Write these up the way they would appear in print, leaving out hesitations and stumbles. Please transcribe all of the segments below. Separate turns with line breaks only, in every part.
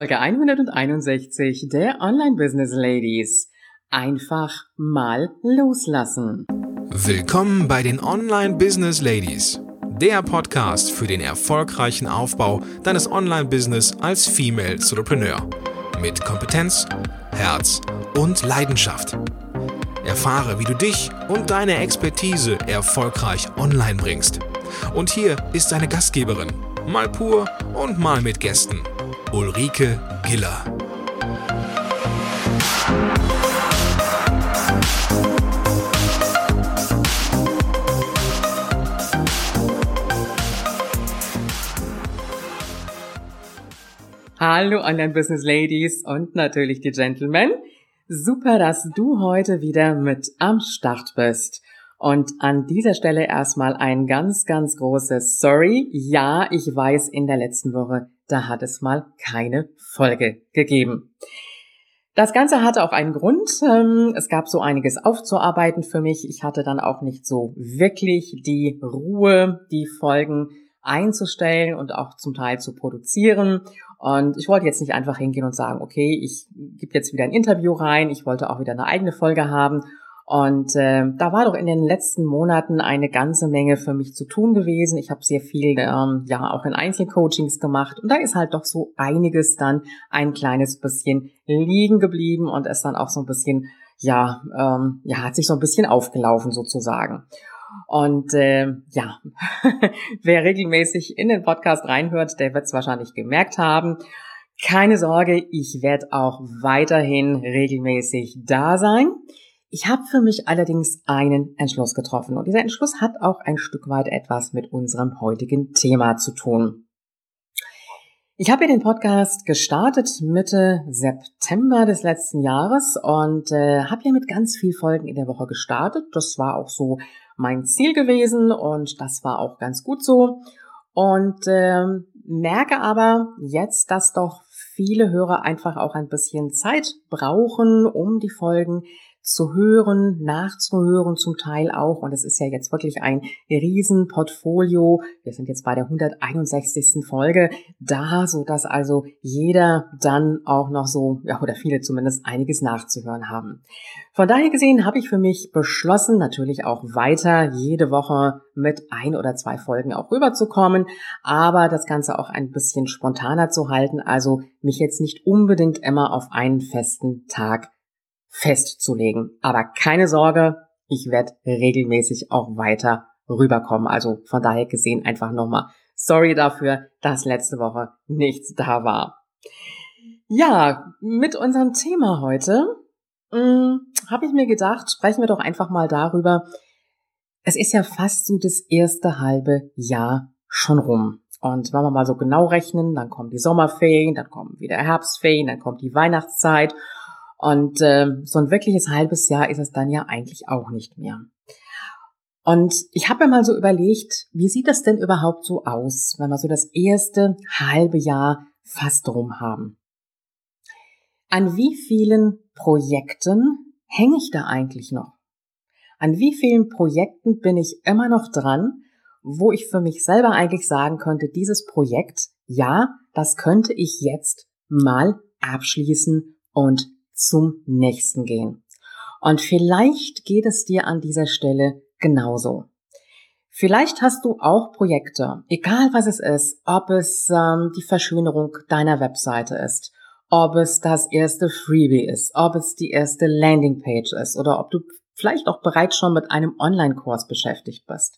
Folge 161 der Online-Business Ladies. Einfach mal loslassen.
Willkommen bei den Online-Business Ladies, der Podcast für den erfolgreichen Aufbau deines Online-Business als Female Entrepreneur. Mit Kompetenz, Herz und Leidenschaft. Erfahre, wie du dich und deine Expertise erfolgreich online bringst. Und hier ist deine Gastgeberin, mal pur und mal mit Gästen, Ulrike Giller.
Hallo Online-Business Ladies und natürlich die Gentlemen. Super, dass du heute wieder mit am Start bist. Und an dieser Stelle erstmal ein ganz, ganz großes Sorry. Ja, ich weiß, in der letzten Woche, da hat es mal keine Folge gegeben. Das Ganze hatte auch einen Grund. Es gab so einiges aufzuarbeiten für mich. Ich hatte dann auch nicht so wirklich die Ruhe, die Folgen einzustellen und auch zum Teil zu produzieren. Und ich wollte jetzt nicht einfach hingehen und sagen, okay, ich gebe jetzt wieder ein Interview rein. Ich wollte auch wieder eine eigene Folge haben. Und da war doch in den letzten Monaten eine ganze Menge für mich zu tun gewesen. Ich habe sehr viel auch in Einzelcoachings gemacht. Und da ist halt doch so einiges dann ein kleines bisschen liegen geblieben und ist dann auch so ein bisschen, hat sich so ein bisschen aufgelaufen sozusagen. Und wer regelmäßig in den Podcast reinhört, der wird es wahrscheinlich gemerkt haben. Keine Sorge, ich werde auch weiterhin regelmäßig da sein. Ich habe für mich allerdings einen Entschluss getroffen und dieser Entschluss hat auch ein Stück weit etwas mit unserem heutigen Thema zu tun. Ich habe hier den Podcast gestartet Mitte September des letzten Jahres und habe ja mit ganz vielen Folgen in der Woche gestartet. Das war auch so mein Ziel gewesen und das war auch ganz gut so. Und merke aber jetzt, dass doch viele Hörer einfach auch ein bisschen Zeit brauchen, um die Folgen zu hören, nachzuhören zum Teil auch. Und es ist ja jetzt wirklich ein Riesenportfolio. Wir sind jetzt bei der 161. Folge da, so dass also jeder dann auch noch so, oder viele zumindest, einiges nachzuhören haben. Von daher gesehen habe ich für mich beschlossen, natürlich auch weiter jede Woche mit 1 oder 2 Folgen auch rüberzukommen, aber das Ganze auch ein bisschen spontaner zu halten, also mich jetzt nicht unbedingt immer auf einen festen Tag festzulegen. Aber keine Sorge, ich werde regelmäßig auch weiter rüberkommen. Also von daher gesehen einfach nochmal sorry dafür, dass letzte Woche nichts da war. Ja, mit unserem Thema heute habe ich mir gedacht, sprechen wir doch einfach mal darüber. Es ist ja fast so das erste halbe Jahr schon rum. Und wenn wir mal so genau rechnen, dann kommen die Sommerferien, dann kommen wieder Herbstferien, dann kommt die Weihnachtszeit. Und so ein wirkliches halbes Jahr ist es dann ja eigentlich auch nicht mehr. Und ich habe mir mal so überlegt, wie sieht das denn überhaupt so aus, wenn wir so das erste halbe Jahr fast rum haben? An wie vielen Projekten hänge ich da eigentlich noch? An wie vielen Projekten bin ich immer noch dran, wo ich für mich selber eigentlich sagen könnte, dieses Projekt, ja, das könnte ich jetzt mal abschließen und zum nächsten gehen. Und vielleicht geht es dir an dieser Stelle genauso. Vielleicht hast du auch Projekte, egal was es ist, ob es die Verschönerung deiner Webseite ist, ob es das erste Freebie ist, ob es die erste Landingpage ist oder ob du vielleicht auch bereits schon mit einem Online-Kurs beschäftigt bist.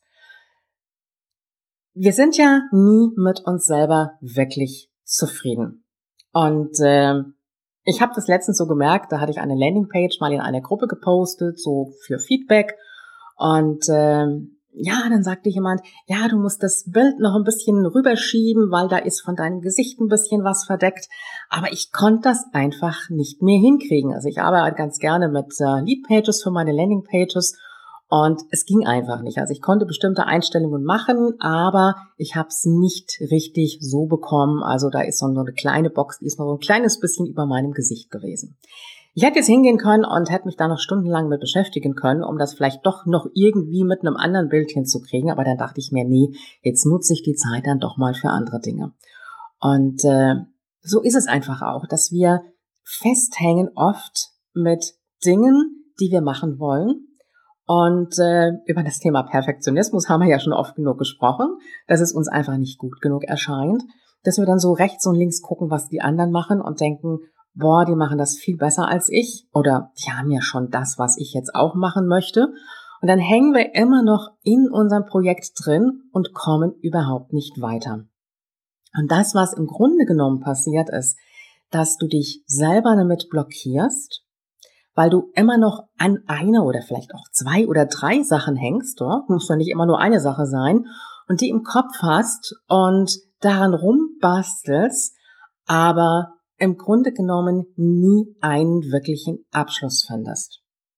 Wir sind ja nie mit uns selber wirklich zufrieden. Und ich habe das letztens so gemerkt, da hatte ich eine Landingpage mal in einer Gruppe gepostet, so für Feedback. Und dann sagte jemand, ja, du musst das Bild noch ein bisschen rüberschieben, weil da ist von deinem Gesicht ein bisschen was verdeckt. Aber ich konnte das einfach nicht mehr hinkriegen. Also ich arbeite ganz gerne mit Leadpages für meine Landingpages. Und es ging einfach nicht. Also ich konnte bestimmte Einstellungen machen, aber ich habe es nicht richtig so bekommen. Also da ist so eine kleine Box, die ist noch so ein kleines bisschen über meinem Gesicht gewesen. Ich hätte jetzt hingehen können und hätte mich da noch stundenlang mit beschäftigen können, um das vielleicht doch noch irgendwie mit einem anderen Bild hinzukriegen. Aber dann dachte ich mir, nee, jetzt nutze ich die Zeit dann doch mal für andere Dinge. Und so ist es einfach auch, dass wir festhängen oft mit Dingen, die wir machen wollen. Und über das Thema Perfektionismus haben wir ja schon oft genug gesprochen, dass es uns einfach nicht gut genug erscheint, dass wir dann so rechts und links gucken, was die anderen machen und denken, boah, die machen das viel besser als ich oder die haben ja schon das, was ich jetzt auch machen möchte. Und dann hängen wir immer noch in unserem Projekt drin und kommen überhaupt nicht weiter. Und das, was im Grunde genommen passiert ist, dass du dich selber damit blockierst, weil du immer noch an einer oder vielleicht auch 2 oder 3 Sachen hängst, muss ja nicht immer nur eine Sache sein, und die im Kopf hast und daran rumbastelst, aber im Grunde genommen nie einen wirklichen Abschluss findest.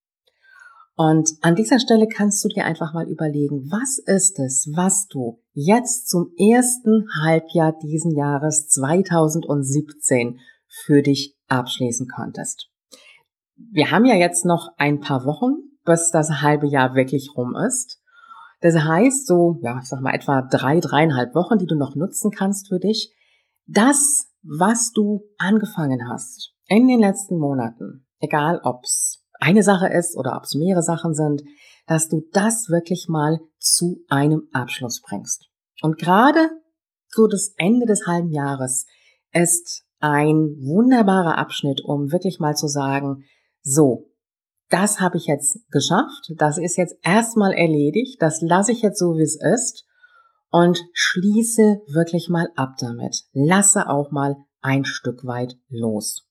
Und an dieser Stelle kannst du dir einfach mal überlegen, was ist es, was du jetzt zum ersten Halbjahr diesen Jahres 2017 für dich abschließen konntest. Wir haben ja jetzt noch ein paar Wochen, bis das halbe Jahr wirklich rum ist. Das heißt so, ich sag mal etwa 3,5 Wochen, die du noch nutzen kannst für dich. Das, was du angefangen hast in den letzten Monaten, egal ob's eine Sache ist oder ob's mehrere Sachen sind, dass du das wirklich mal zu einem Abschluss bringst. Und gerade so das Ende des halben Jahres ist ein wunderbarer Abschnitt, um wirklich mal zu sagen, so, das habe ich jetzt geschafft, das ist jetzt erstmal erledigt, das lasse ich jetzt so, wie es ist und schließe wirklich mal ab damit. Lasse auch mal ein Stück weit los.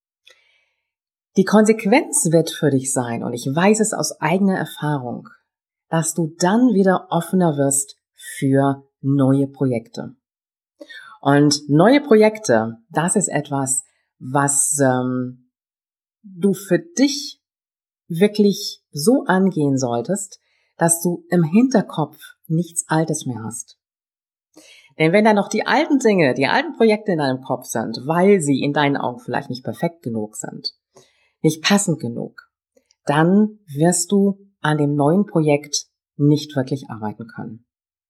Die Konsequenz wird für dich sein, und ich weiß es aus eigener Erfahrung, dass du dann wieder offener wirst für neue Projekte. Und neue Projekte, das ist etwas, was du für dich wirklich so angehen solltest, dass du im Hinterkopf nichts Altes mehr hast. Denn wenn da noch die alten Dinge, die alten Projekte in deinem Kopf sind, weil sie in deinen Augen vielleicht nicht perfekt genug sind, nicht passend genug, dann wirst du an dem neuen Projekt nicht wirklich arbeiten können.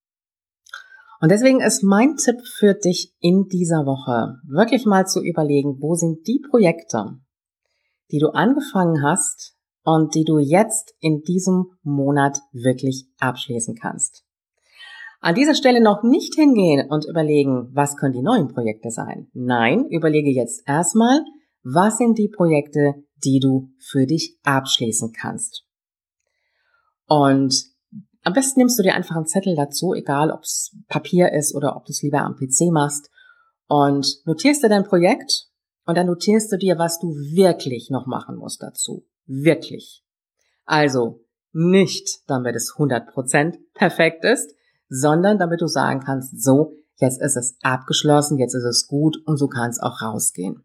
Und deswegen ist mein Tipp für dich in dieser Woche, wirklich mal zu überlegen, wo sind die Projekte, die du angefangen hast und die du jetzt in diesem Monat wirklich abschließen kannst. An dieser Stelle noch nicht hingehen und überlegen, was können die neuen Projekte sein. Nein, überlege jetzt erstmal, was sind die Projekte, die du für dich abschließen kannst. Und am besten nimmst du dir einfach einen Zettel dazu, egal ob es Papier ist oder ob du es lieber am PC machst, und notierst dir dein Projekt. Und dann notierst du dir, was du wirklich noch machen musst dazu. Wirklich. Also nicht, damit es 100% perfekt ist, sondern damit du sagen kannst, so, jetzt ist es abgeschlossen, jetzt ist es gut und so kann es auch rausgehen.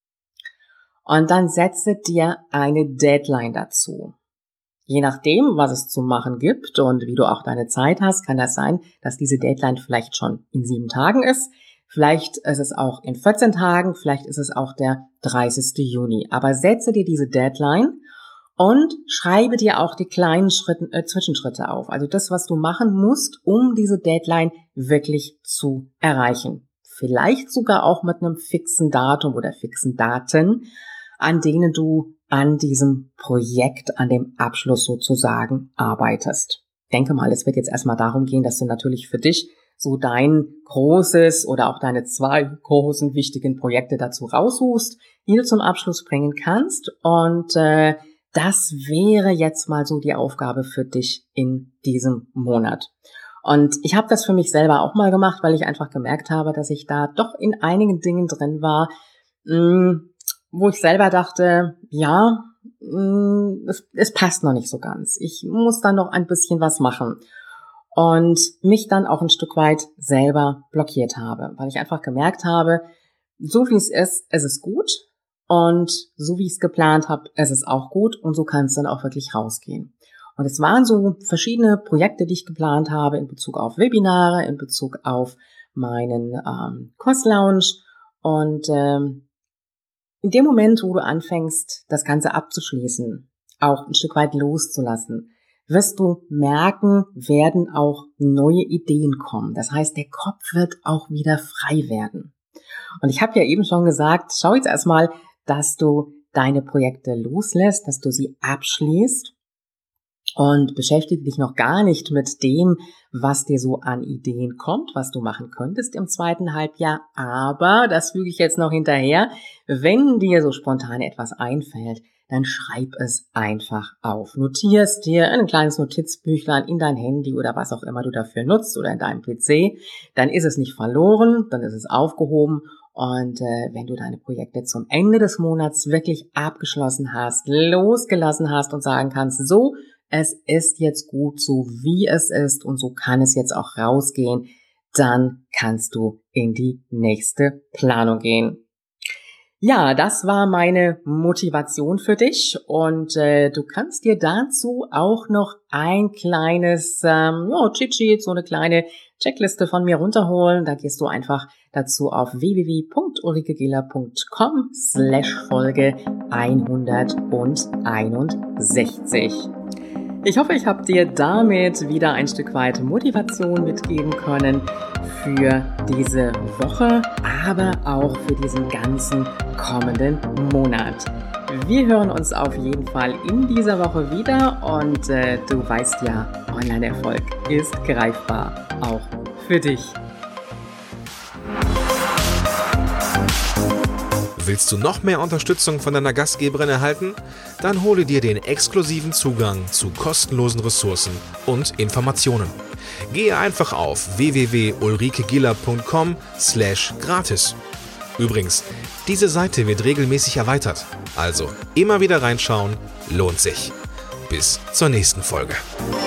Und dann setze dir eine Deadline dazu. Je nachdem, was es zu machen gibt und wie du auch deine Zeit hast, kann das sein, dass diese Deadline vielleicht schon in 7 Tagen ist. Vielleicht ist es auch in 14 Tagen, vielleicht ist es auch der 30. Juni. Aber setze dir diese Deadline und schreibe dir auch die kleinen Zwischenschritte auf. Also das, was du machen musst, um diese Deadline wirklich zu erreichen. Vielleicht sogar auch mit einem fixen Datum oder fixen Daten, an denen du an diesem Projekt, an dem Abschluss sozusagen arbeitest. Denke mal, es wird jetzt erstmal darum gehen, dass du natürlich für dich so dein großes oder auch deine 2 großen wichtigen Projekte dazu raussuchst, die du zum Abschluss bringen kannst. Und das wäre jetzt mal so die Aufgabe für dich in diesem Monat. Und ich habe das für mich selber auch mal gemacht, weil ich einfach gemerkt habe, dass ich da doch in einigen Dingen drin war, wo ich selber dachte, ja, es passt noch nicht so ganz. Ich muss da noch ein bisschen was machen. Und mich dann auch ein Stück weit selber blockiert habe, weil ich einfach gemerkt habe, so wie es ist gut, und so wie ich es geplant habe, ist es auch gut, und so kann es dann auch wirklich rausgehen. Und es waren so verschiedene Projekte, die ich geplant habe in Bezug auf Webinare, in Bezug auf meinen Kurslounge, und in dem Moment, wo du anfängst, das Ganze abzuschließen, auch ein Stück weit loszulassen, wirst du merken, werden auch neue Ideen kommen. Das heißt, der Kopf wird auch wieder frei werden. Und ich habe ja eben schon gesagt, schau jetzt erstmal, dass du deine Projekte loslässt, dass du sie abschließt und beschäftige dich noch gar nicht mit dem, was dir so an Ideen kommt, was du machen könntest im zweiten Halbjahr. Aber, das füge ich jetzt noch hinterher, wenn dir so spontan etwas einfällt, dann schreib es einfach auf. Notierst dir ein kleines Notizbüchlein in dein Handy oder was auch immer du dafür nutzt oder in deinem PC. Dann ist es nicht verloren, dann ist es aufgehoben. Und wenn du deine Projekte zum Ende des Monats wirklich abgeschlossen hast, losgelassen hast und sagen kannst, so, es ist jetzt gut, so wie es ist und so kann es jetzt auch rausgehen, dann kannst du in die nächste Planung gehen. Ja, das war meine Motivation für dich und du kannst dir dazu auch noch ein kleines Cheat-Sheet, so eine kleine Checkliste von mir runterholen. Da gehst du einfach dazu auf www.ulrikegiller.com/Folge 161. Ich hoffe, ich habe dir damit wieder ein Stück weit Motivation mitgeben können für diese Woche, aber auch für diesen ganzen kommenden Monat. Wir hören uns auf jeden Fall in dieser Woche wieder und du weißt ja, Online-Erfolg ist greifbar, auch für dich.
Willst du noch mehr Unterstützung von deiner Gastgeberin erhalten? Dann hole dir den exklusiven Zugang zu kostenlosen Ressourcen und Informationen. Gehe einfach auf www.ulrikegiller.com/gratis. Übrigens, diese Seite wird regelmäßig erweitert, also immer wieder reinschauen, lohnt sich. Bis zur nächsten Folge.